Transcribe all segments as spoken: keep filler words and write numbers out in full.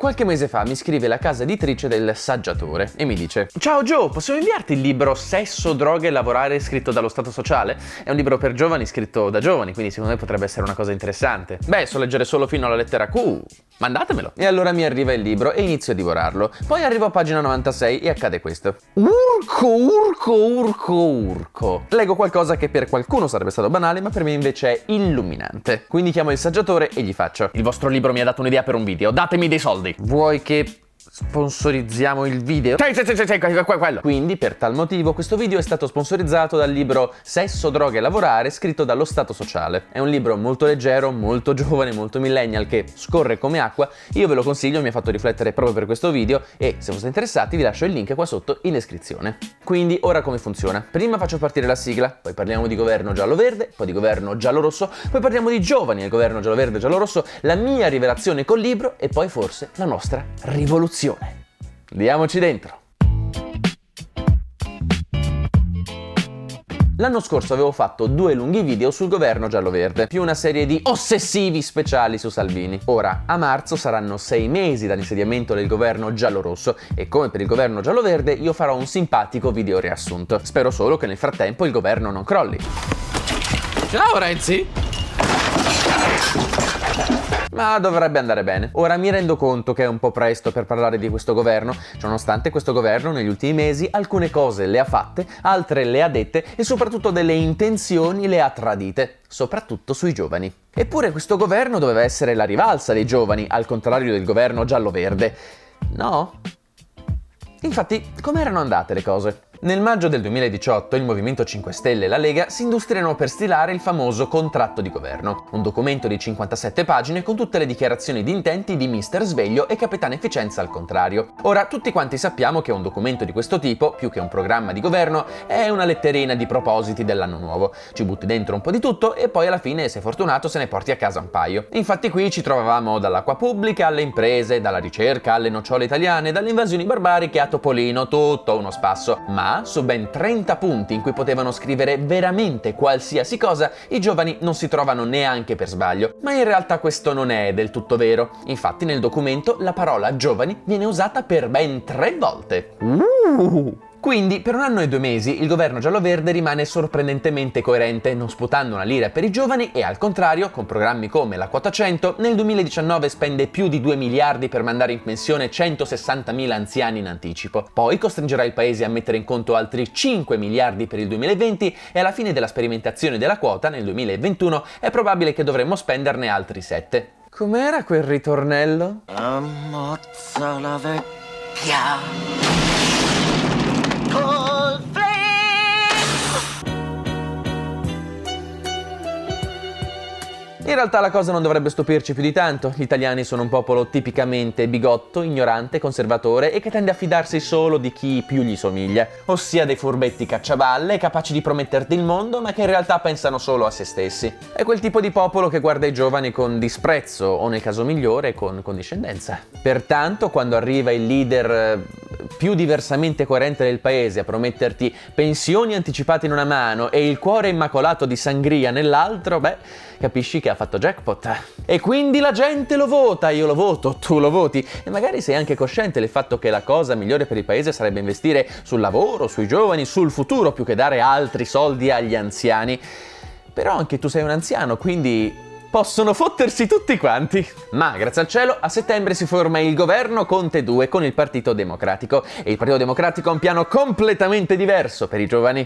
Qualche mese fa mi scrive la casa editrice del Saggiatore e mi dice: ciao Joe, possiamo inviarti il libro Sesso, droghe e lavorare scritto dallo Stato Sociale? È un libro per giovani scritto da giovani, quindi secondo me potrebbe essere una cosa interessante. Beh, so leggere solo fino alla lettera Q, mandatemelo. E allora mi arriva il libro e inizio a divorarlo. Poi arrivo a pagina novantasei e accade questo. Urco, urco, urco, urco. Leggo qualcosa che per qualcuno sarebbe stato banale, ma per me invece è illuminante. Quindi chiamo il Saggiatore e gli faccio: il vostro libro mi ha dato un'idea per un video, datemi dei soldi. Vuoi che sponsorizziamo il video? Sì, sì, sì, sì, quello. Quindi, per tal motivo, questo video è stato sponsorizzato dal libro Sesso, droghe e lavorare, scritto dallo Stato Sociale. È un libro molto leggero, molto giovane, molto millennial, che scorre come acqua. Io ve lo consiglio, mi ha fatto riflettere proprio per questo video e se foste interessati vi lascio il link qua sotto in descrizione. Quindi, ora come funziona? Prima faccio partire la sigla, poi parliamo di governo giallo-verde, poi di governo giallo-rosso, poi parliamo di giovani al governo giallo-verde e giallo-rosso, la mia rivelazione col libro e poi forse la nostra rivoluzione. Andiamoci dentro. L'anno scorso avevo fatto due lunghi video sul governo giallo-verde, più una serie di ossessivi speciali su Salvini. Ora, a marzo saranno sei mesi dall'insediamento del governo giallo-rosso e come per il governo giallo-verde io farò un simpatico video riassunto. Spero solo che nel frattempo il governo non crolli. Ciao Renzi! Ma dovrebbe andare bene. Ora mi rendo conto che è un po' presto per parlare di questo governo, nonostante questo governo negli ultimi mesi alcune cose le ha fatte, altre le ha dette e soprattutto delle intenzioni le ha tradite, soprattutto sui giovani. Eppure questo governo doveva essere la rivalsa dei giovani, al contrario del governo giallo-verde. No? Infatti, come erano andate le cose? Nel maggio del duemiladiciotto il Movimento cinque Stelle e la Lega si industriano per stilare il famoso contratto di governo, un documento di cinquantasette pagine con tutte le dichiarazioni di intenti di mister Sveglio e Capitano Efficienza al contrario. Ora, tutti quanti sappiamo che un documento di questo tipo, più che un programma di governo, è una letterina di propositi dell'anno nuovo. Ci butti dentro un po' di tutto e poi alla fine, se fortunato, se ne porti a casa un paio. Infatti qui ci trovavamo dall'acqua pubblica alle imprese, dalla ricerca alle nocciole italiane, dalle invasioni barbariche a Topolino, tutto uno spasso. Ma su ben trenta punti in cui potevano scrivere veramente qualsiasi cosa, i giovani non si trovano neanche per sbaglio. Ma in realtà questo non è del tutto vero. Infatti nel documento la parola giovani viene usata per ben tre volte. Uh! Quindi, per un anno e due mesi, il governo giallo-verde rimane sorprendentemente coerente, non sputando una lira per i giovani e, al contrario, con programmi come la quota cento, nel duemiladiciannove spende più di due miliardi per mandare in pensione centosessantamila anziani in anticipo. Poi costringerà il paese a mettere in conto altri cinque miliardi per il duemilaventi e alla fine della sperimentazione della quota, nel duemilaventuno, è probabile che dovremmo spenderne altri sette. Com'era quel ritornello? Ammazza la vecchia. In realtà la cosa non dovrebbe stupirci più di tanto. Gli italiani sono un popolo tipicamente bigotto, ignorante, conservatore e che tende a fidarsi solo di chi più gli somiglia, ossia dei furbetti cacciavalle capaci di prometterti il mondo ma che in realtà pensano solo a se stessi. È quel tipo di popolo che guarda i giovani con disprezzo o, nel caso migliore, con condiscendenza. Pertanto, quando arriva il leader più diversamente coerente del paese a prometterti pensioni anticipate in una mano e il cuore immacolato di sangria nell'altro, beh, capisci che ha fatto jackpot. E quindi la gente lo vota, io lo voto, tu lo voti. E magari sei anche cosciente del fatto che la cosa migliore per il paese sarebbe investire sul lavoro, sui giovani, sul futuro, più che dare altri soldi agli anziani. Però anche tu sei un anziano, quindi possono fottersi tutti quanti. Ma, grazie al cielo, a settembre si forma il governo Conte due con il Partito Democratico. E il Partito Democratico ha un piano completamente diverso per i giovani.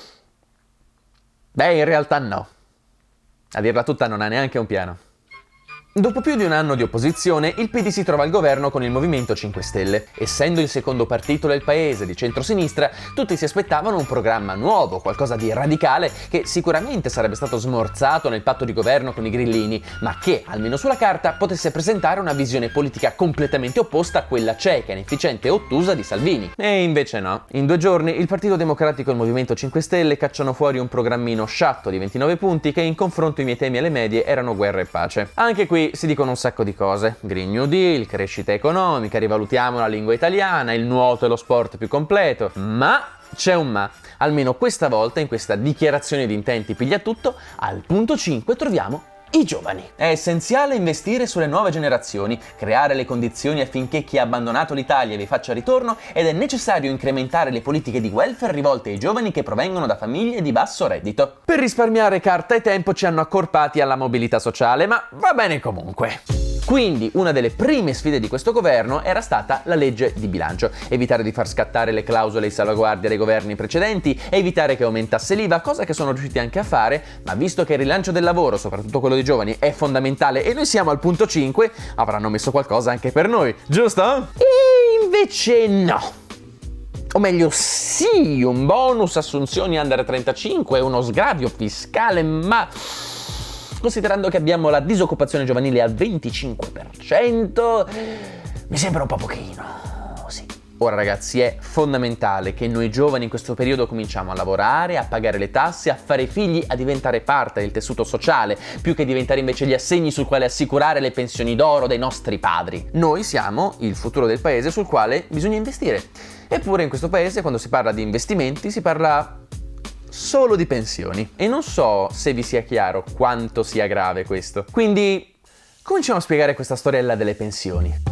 Beh, in realtà no. A dirla tutta, non ha neanche un piano. Dopo più di un anno di opposizione, il P D si trova al governo con il Movimento cinque Stelle. Essendo il secondo partito del paese di centrosinistra, tutti si aspettavano un programma nuovo, qualcosa di radicale, che sicuramente sarebbe stato smorzato nel patto di governo con i grillini, ma che, almeno sulla carta, potesse presentare una visione politica completamente opposta a quella cieca, inefficiente e ottusa di Salvini. E invece no. In due giorni il Partito Democratico e il Movimento cinque Stelle cacciano fuori un programmino sciatto di ventinove punti che, in confronto ai miei temi alle medie, erano guerra e pace. Anche qui si dicono un sacco di cose: Green New Deal, crescita economica, rivalutiamo la lingua italiana, il nuoto e lo sport più completo. Ma c'è un ma. Almeno questa volta, in questa dichiarazione di intenti piglia tutto, al punto cinque troviamo I giovani. È essenziale investire sulle nuove generazioni, creare le condizioni affinché chi ha abbandonato l'Italia vi faccia ritorno ed è necessario incrementare le politiche di welfare rivolte ai giovani che provengono da famiglie di basso reddito. Per risparmiare carta e tempo ci hanno accorpati alla mobilità sociale, ma va bene comunque. Quindi una delle prime sfide di questo governo era stata la legge di bilancio, evitare di far scattare le clausole di salvaguardia dei governi precedenti, evitare che aumentasse l'I V A, cosa che sono riusciti anche a fare, ma visto che il rilancio del lavoro, soprattutto quello dei giovani, è fondamentale e noi siamo al punto cinque, avranno messo qualcosa anche per noi, giusto? E invece no. O meglio, sì, un bonus assunzioni under trentacinque, uno sgravio fiscale, ma considerando che abbiamo la disoccupazione giovanile al venticinque per cento, mi sembra un po' pochino, sì. Ora ragazzi, è fondamentale che noi giovani in questo periodo cominciamo a lavorare, a pagare le tasse, a fare figli, a diventare parte del tessuto sociale, più che diventare invece gli assegni sul quale assicurare le pensioni d'oro dei nostri padri. Noi siamo il futuro del paese sul quale bisogna investire. Eppure in questo paese, quando si parla di investimenti, si parla solo di pensioni. E non so se vi sia chiaro quanto sia grave questo. Quindi cominciamo a spiegare questa storiella delle pensioni.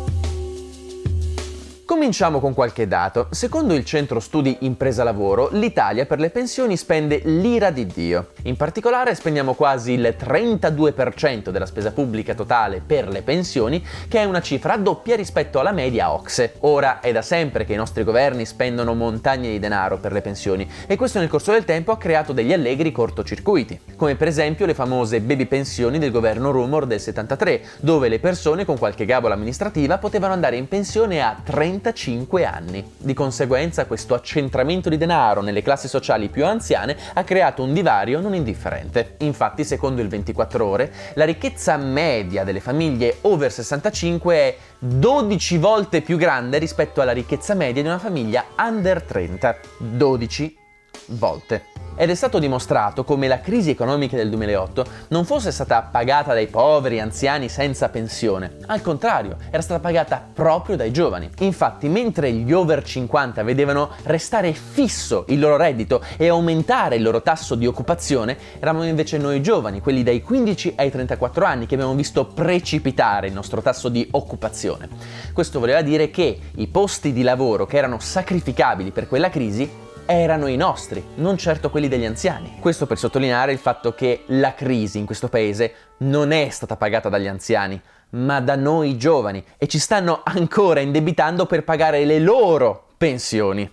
Cominciamo con qualche dato. Secondo il centro studi Impresa Lavoro, l'Italia per le pensioni spende l'ira di Dio. In particolare spendiamo quasi il trentadue per cento della spesa pubblica totale per le pensioni, che è una cifra doppia rispetto alla media O C S E. Ora è da sempre che i nostri governi spendono montagne di denaro per le pensioni e questo nel corso del tempo ha creato degli allegri cortocircuiti, come per esempio le famose baby pensioni del governo Rumor del settantatré, dove le persone con qualche gabola amministrativa potevano andare in pensione a trentacinque anni. Di conseguenza questo accentramento di denaro nelle classi sociali più anziane ha creato un divario non indifferente. Infatti, secondo il ventiquattro ore, la ricchezza media delle famiglie over sessantacinque è dodici volte più grande rispetto alla ricchezza media di una famiglia under trenta. dodici volte. Ed è stato dimostrato come la crisi economica del duemilaotto non fosse stata pagata dai poveri anziani senza pensione. Al contrario, era stata pagata proprio dai giovani. Infatti, mentre gli over cinquanta vedevano restare fisso il loro reddito e aumentare il loro tasso di occupazione, eravamo invece noi giovani, quelli dai quindici ai trentaquattro anni, che abbiamo visto precipitare il nostro tasso di occupazione. Questo voleva dire che i posti di lavoro che erano sacrificabili per quella crisi erano i nostri, non certo quelli degli anziani. Questo per sottolineare il fatto che la crisi in questo paese non è stata pagata dagli anziani, ma da noi giovani, e ci stanno ancora indebitando per pagare le loro pensioni.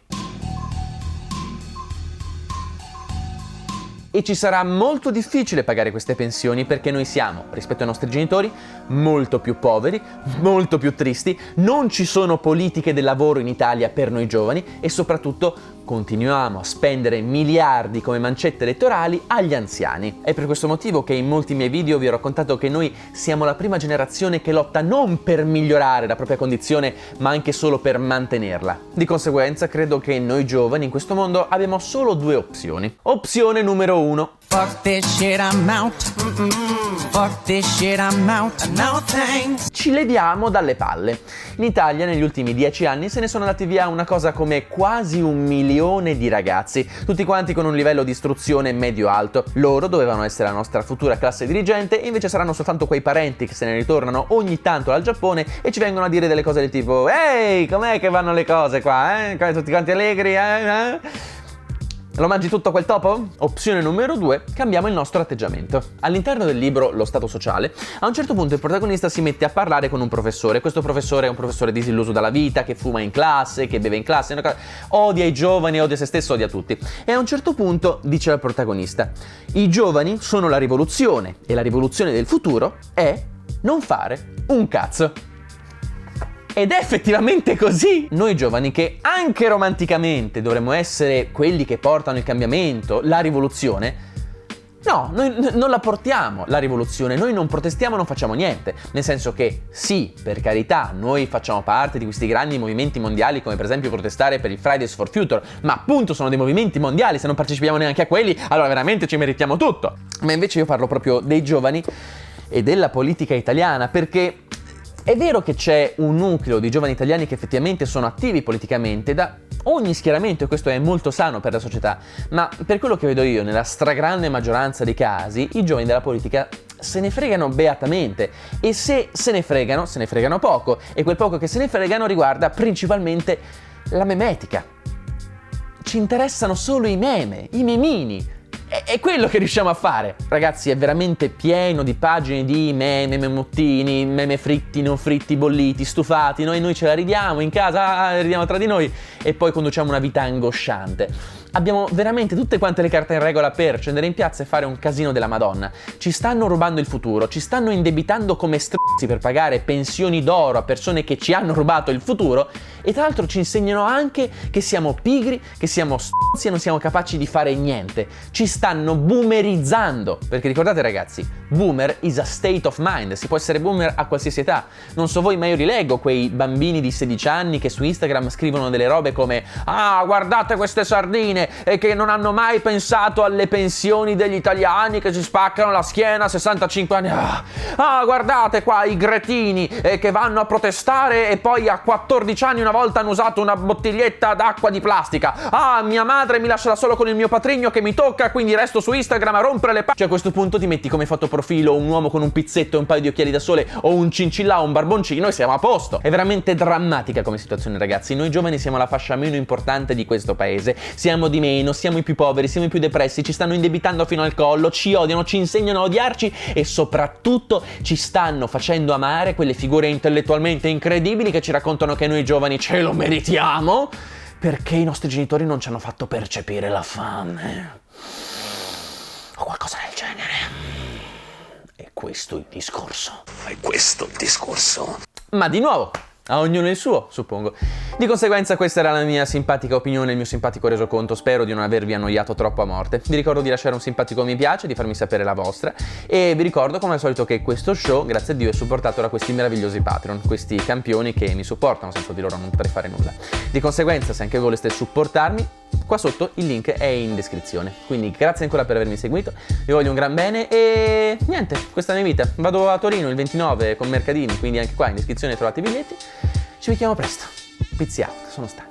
E ci sarà molto difficile pagare queste pensioni perché noi siamo, rispetto ai nostri genitori, molto più poveri, molto più tristi, non ci sono politiche del lavoro in Italia per noi giovani e soprattutto continuiamo a spendere miliardi come mancette elettorali agli anziani. È per questo motivo che in molti miei video vi ho raccontato che noi siamo la prima generazione che lotta non per migliorare la propria condizione, ma anche solo per mantenerla. Di conseguenza credo che noi giovani in questo mondo abbiamo solo due opzioni. Opzione numero uno. Fuck this shit, I'm out. Mm-mm. Fuck this shit, I'm out. No thanks. Ci leviamo dalle palle. In Italia negli ultimi dieci anni se ne sono andati via una cosa come quasi un milione di ragazzi, tutti quanti con un livello di istruzione medio-alto. Loro dovevano essere la nostra futura classe dirigente e invece saranno soltanto quei parenti che se ne ritornano ogni tanto dal Giappone e ci vengono a dire delle cose del tipo: ehi, com'è che vanno le cose qua, eh? Tutti quanti allegri, eh? eh? Lo mangi tutto quel topo? Opzione numero due, cambiamo il nostro atteggiamento. All'interno del libro Lo Stato Sociale, a un certo punto il protagonista si mette a parlare con un professore. Questo professore è un professore disilluso dalla vita, che fuma in classe, che beve in classe, una cosa... odia i giovani, odia se stesso, odia tutti. E a un certo punto dice al protagonista: i giovani sono la rivoluzione e la rivoluzione del futuro è non fare un cazzo. Ed è effettivamente così! Noi giovani, che anche romanticamente dovremmo essere quelli che portano il cambiamento, la rivoluzione, no, noi n- non la portiamo, la rivoluzione, noi non protestiamo, non facciamo niente. Nel senso che, sì, per carità, noi facciamo parte di questi grandi movimenti mondiali, come per esempio protestare per il Fridays for Future, ma appunto sono dei movimenti mondiali, se non partecipiamo neanche a quelli, allora veramente ci meritiamo tutto. Ma invece io parlo proprio dei giovani e della politica italiana, perché è vero che c'è un nucleo di giovani italiani che effettivamente sono attivi politicamente da ogni schieramento e questo è molto sano per la società, ma per quello che vedo io, nella stragrande maggioranza dei casi, i giovani della politica se ne fregano beatamente, e se se ne fregano, se ne fregano poco, e quel poco che se ne fregano riguarda principalmente la memetica. Ci interessano solo i meme, i memini. È quello che riusciamo a fare. Ragazzi, è veramente pieno di pagine di meme, memottini, meme fritti, non fritti, bolliti, stufati. Noi, noi ce la ridiamo in casa, ah, ridiamo tra di noi e poi conduciamo una vita angosciante. Abbiamo veramente tutte quante le carte in regola per scendere in piazza e fare un casino della Madonna. Ci stanno rubando il futuro, ci stanno indebitando come stronzi per pagare pensioni d'oro a persone che ci hanno rubato il futuro, e tra l'altro ci insegnano anche che siamo pigri, che siamo stronzi e non siamo capaci di fare niente. Ci stanno boomerizzando, perché ricordate ragazzi, boomer is a state of mind, si può essere boomer a qualsiasi età. Non so voi, ma io rileggo quei bambini di sedici anni che su Instagram scrivono delle robe come ah, guardate queste sardine, e che non hanno mai pensato alle pensioni degli italiani che si spaccano la schiena a sessantacinque anni. Ah, ah guardate qua i gretini eh, che vanno a protestare e poi a quattordici anni una volta hanno usato una bottiglietta d'acqua di plastica. Ah, mia madre mi lascia da solo con il mio patrigno che mi tocca, quindi resto su Instagram a rompere le palle. Cioè a questo punto ti metti come fotoprofilo un uomo con un pizzetto e un paio di occhiali da sole, o un cincillà o un barboncino, e siamo a posto. È veramente drammatica come situazione ragazzi. Noi giovani siamo la fascia meno importante di questo paese, siamo di meno, siamo i più poveri, siamo i più depressi, ci stanno indebitando fino al collo, ci odiano, ci insegnano a odiarci e soprattutto ci stanno facendo amare quelle figure intellettualmente incredibili che ci raccontano che noi giovani ce lo meritiamo perché i nostri genitori non ci hanno fatto percepire la fame o qualcosa del genere. E questo è il discorso. È questo il discorso. Ma di nuovo, a ognuno il suo, suppongo. Di conseguenza questa era la mia simpatica opinione, il mio simpatico resoconto. Spero di non avervi annoiato troppo a morte. Vi ricordo di lasciare un simpatico mi piace, di farmi sapere la vostra, e vi ricordo come al solito che questo show, grazie a Dio, è supportato da questi meravigliosi Patreon, questi campioni che mi supportano, senza di loro non potrei fare nulla. Di conseguenza, se anche voi voleste supportarmi, qua sotto il link è in descrizione. Quindi grazie ancora per avermi seguito, vi voglio un gran bene e niente, questa è la mia vita. Vado a Torino il ventinove con Mercadini, quindi anche qua in descrizione trovate i biglietti. Ci vediamo presto. Pizzi out, sono stanco.